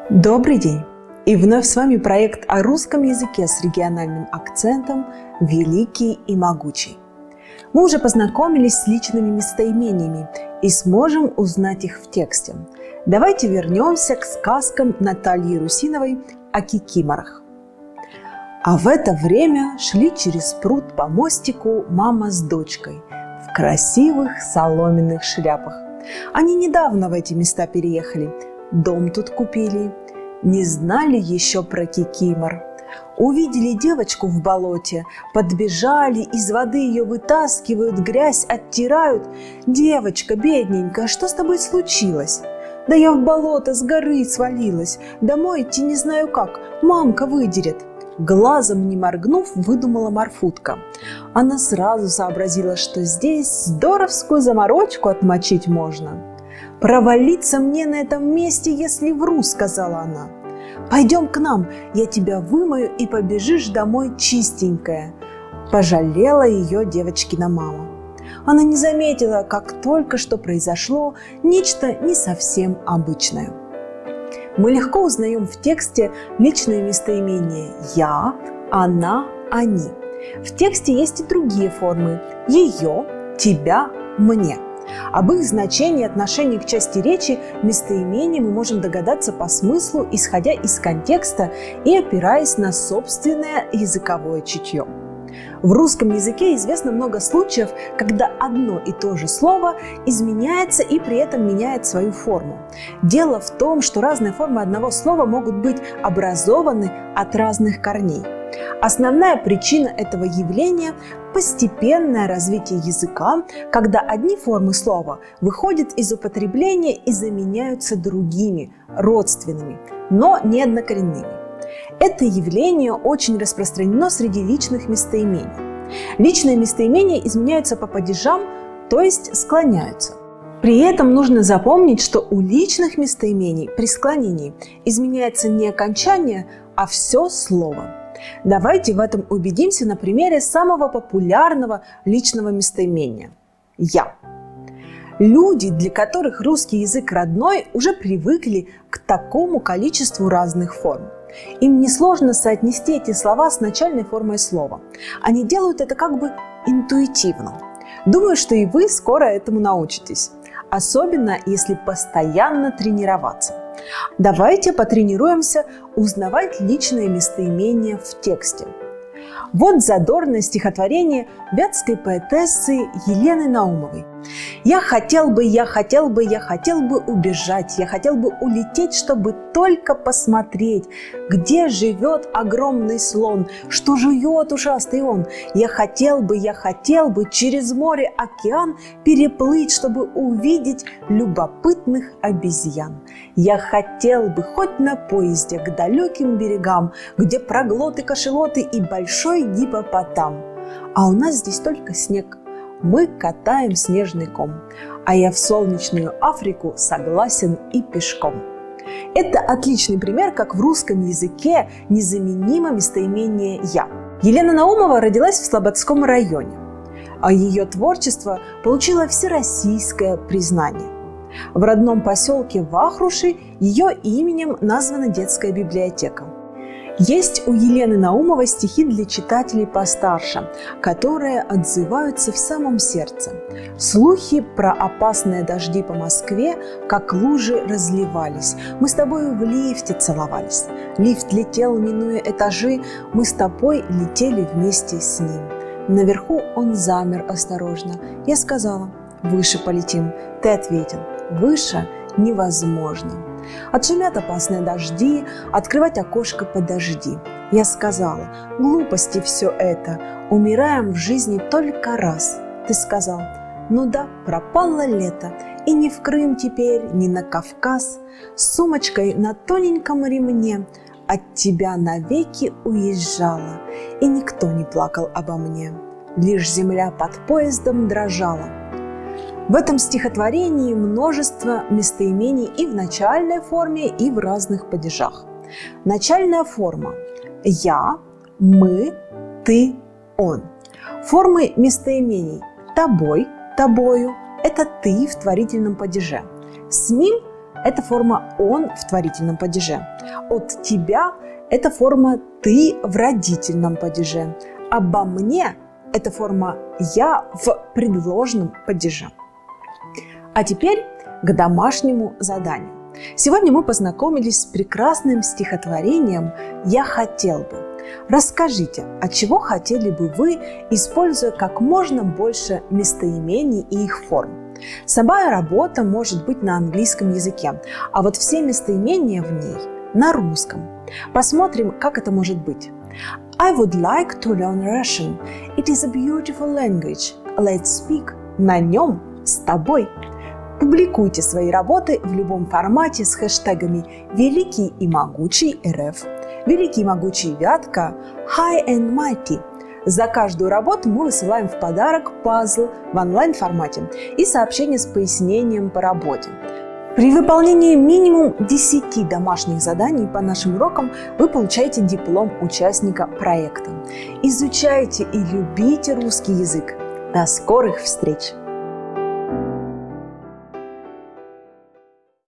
Добрый день! И вновь с вами проект о русском языке с региональным акцентом «Великий и могучий». Мы уже познакомились с личными местоимениями и сможем узнать их в тексте. Давайте вернемся к сказкам Натальи Русиновой о кикиморах. А в это время шли через пруд по мостику мама с дочкой в красивых соломенных шляпах. Они недавно в эти места переехали, дом тут купили, не знали еще про кикимор. Увидели девочку в болоте, подбежали, из воды ее вытаскивают, грязь оттирают. «Девочка, бедненькая, что с тобой случилось?» «Да я в болото с горы свалилась, домой идти не знаю как, мамка выдерет». Глазом не моргнув, выдумала Марфутка. Она сразу сообразила, что здесь здоровскую заморочку отмочить можно. «Провалиться мне на этом месте, если вру», — сказала она. «Пойдем к нам, я тебя вымою и побежишь домой чистенькая». Пожалела ее девочкина мама. Она не заметила, как только что произошло нечто не совсем обычное. Мы легко узнаем в тексте личные местоимения «я», «она», «они». В тексте есть и другие формы «ее», «тебя», «мне». Об их значении и отношении к части речи местоимений мы можем догадаться по смыслу, исходя из контекста и опираясь на собственное языковое чутье. В русском языке известно много случаев, когда одно и то же слово изменяется и при этом меняет свою форму. Дело в том, что разные формы одного слова могут быть образованы от разных корней. Основная причина этого явления – постепенное развитие языка, когда одни формы слова выходят из употребления и заменяются другими, родственными, но не однокоренными. Это явление очень распространено среди личных местоимений. Личные местоимения изменяются по падежам, то есть склоняются. При этом нужно запомнить, что у личных местоимений при склонении изменяется не окончание, а все слово. Давайте в этом убедимся на примере самого популярного личного местоимения – «я». Люди, для которых русский язык родной, уже привыкли к такому количеству разных форм. Им несложно соотнести эти слова с начальной формой слова. Они делают это как бы интуитивно. Думаю, что и вы скоро этому научитесь. Особенно, если постоянно тренироваться. Давайте потренируемся узнавать личные местоимения в тексте. Вот задорное стихотворение вятской поэтессы Елены Наумовой. «Я хотел бы убежать, я хотел бы улететь, чтобы только посмотреть, где живет огромный слон, что жует ушастый он. Я хотел бы через море, океан переплыть, чтобы увидеть любопытных обезьян. Я хотел бы хоть на поезде к далеким берегам, где проглоты, кашалоты и большой гиппопотам. А у нас здесь только снег. Мы катаем снежный ком, а я в солнечную Африку согласен и пешком». Это отличный пример, как в русском языке незаменимо местоимение «я». Елена Наумова родилась в Слободском районе, а ее творчество получило всероссийское признание. В родном поселке Вахруши ее именем названа детская библиотека. Есть у Елены Наумовой стихи для читателей постарше, которые отзываются в самом сердце. Слухи про опасные дожди по Москве, как лужи, разливались. Мы с тобою в лифте целовались. Лифт летел, минуя этажи, мы с тобой летели вместе с ним. Наверху он замер осторожно. Я сказала: «Выше полетим». Ты ответил: «Выше невозможно». Отшумят опасные дожди, открывать окошко подожди. Я сказала: «Глупости все это, умираем в жизни только раз». Ты сказал: «Ну да, пропало лето, и ни в Крым теперь, ни на Кавказ. С сумочкой на тоненьком ремне от тебя навеки уезжала, и никто не плакал обо мне, лишь земля под поездом дрожала». В этом стихотворении множество местоимений и в начальной форме, и в разных падежах. Начальная форма – «я», «мы», «ты», «он». Формы местоимений – «тобой», «тобою» – это «ты» в творительном падеже. «С ним» – это форма «он» в творительном падеже. От тебя – это форма «ты» в родительном падеже. Обо мне – это форма «я» в предложном падеже. А теперь к домашнему заданию. Сегодня мы познакомились с прекрасным стихотворением «Я хотел бы». Расскажите, от чего хотели бы вы, используя как можно больше местоимений и их форм. Самая работа может быть на английском языке, а вот все местоимения в ней на русском. Посмотрим, как это может быть. I would like to learn Russian. It is a beautiful language. Let's speak. На нем с тобой. Публикуйте свои работы в любом формате с хэштегами «Великий и могучий РФ», «Великий и могучий Вятка», «High and Mighty». За каждую работу мы высылаем в подарок пазл в онлайн-формате и сообщение с пояснением по работе. При выполнении минимум 10 домашних заданий по нашим урокам вы получаете диплом участника проекта. Изучайте и любите русский язык. До скорых встреч!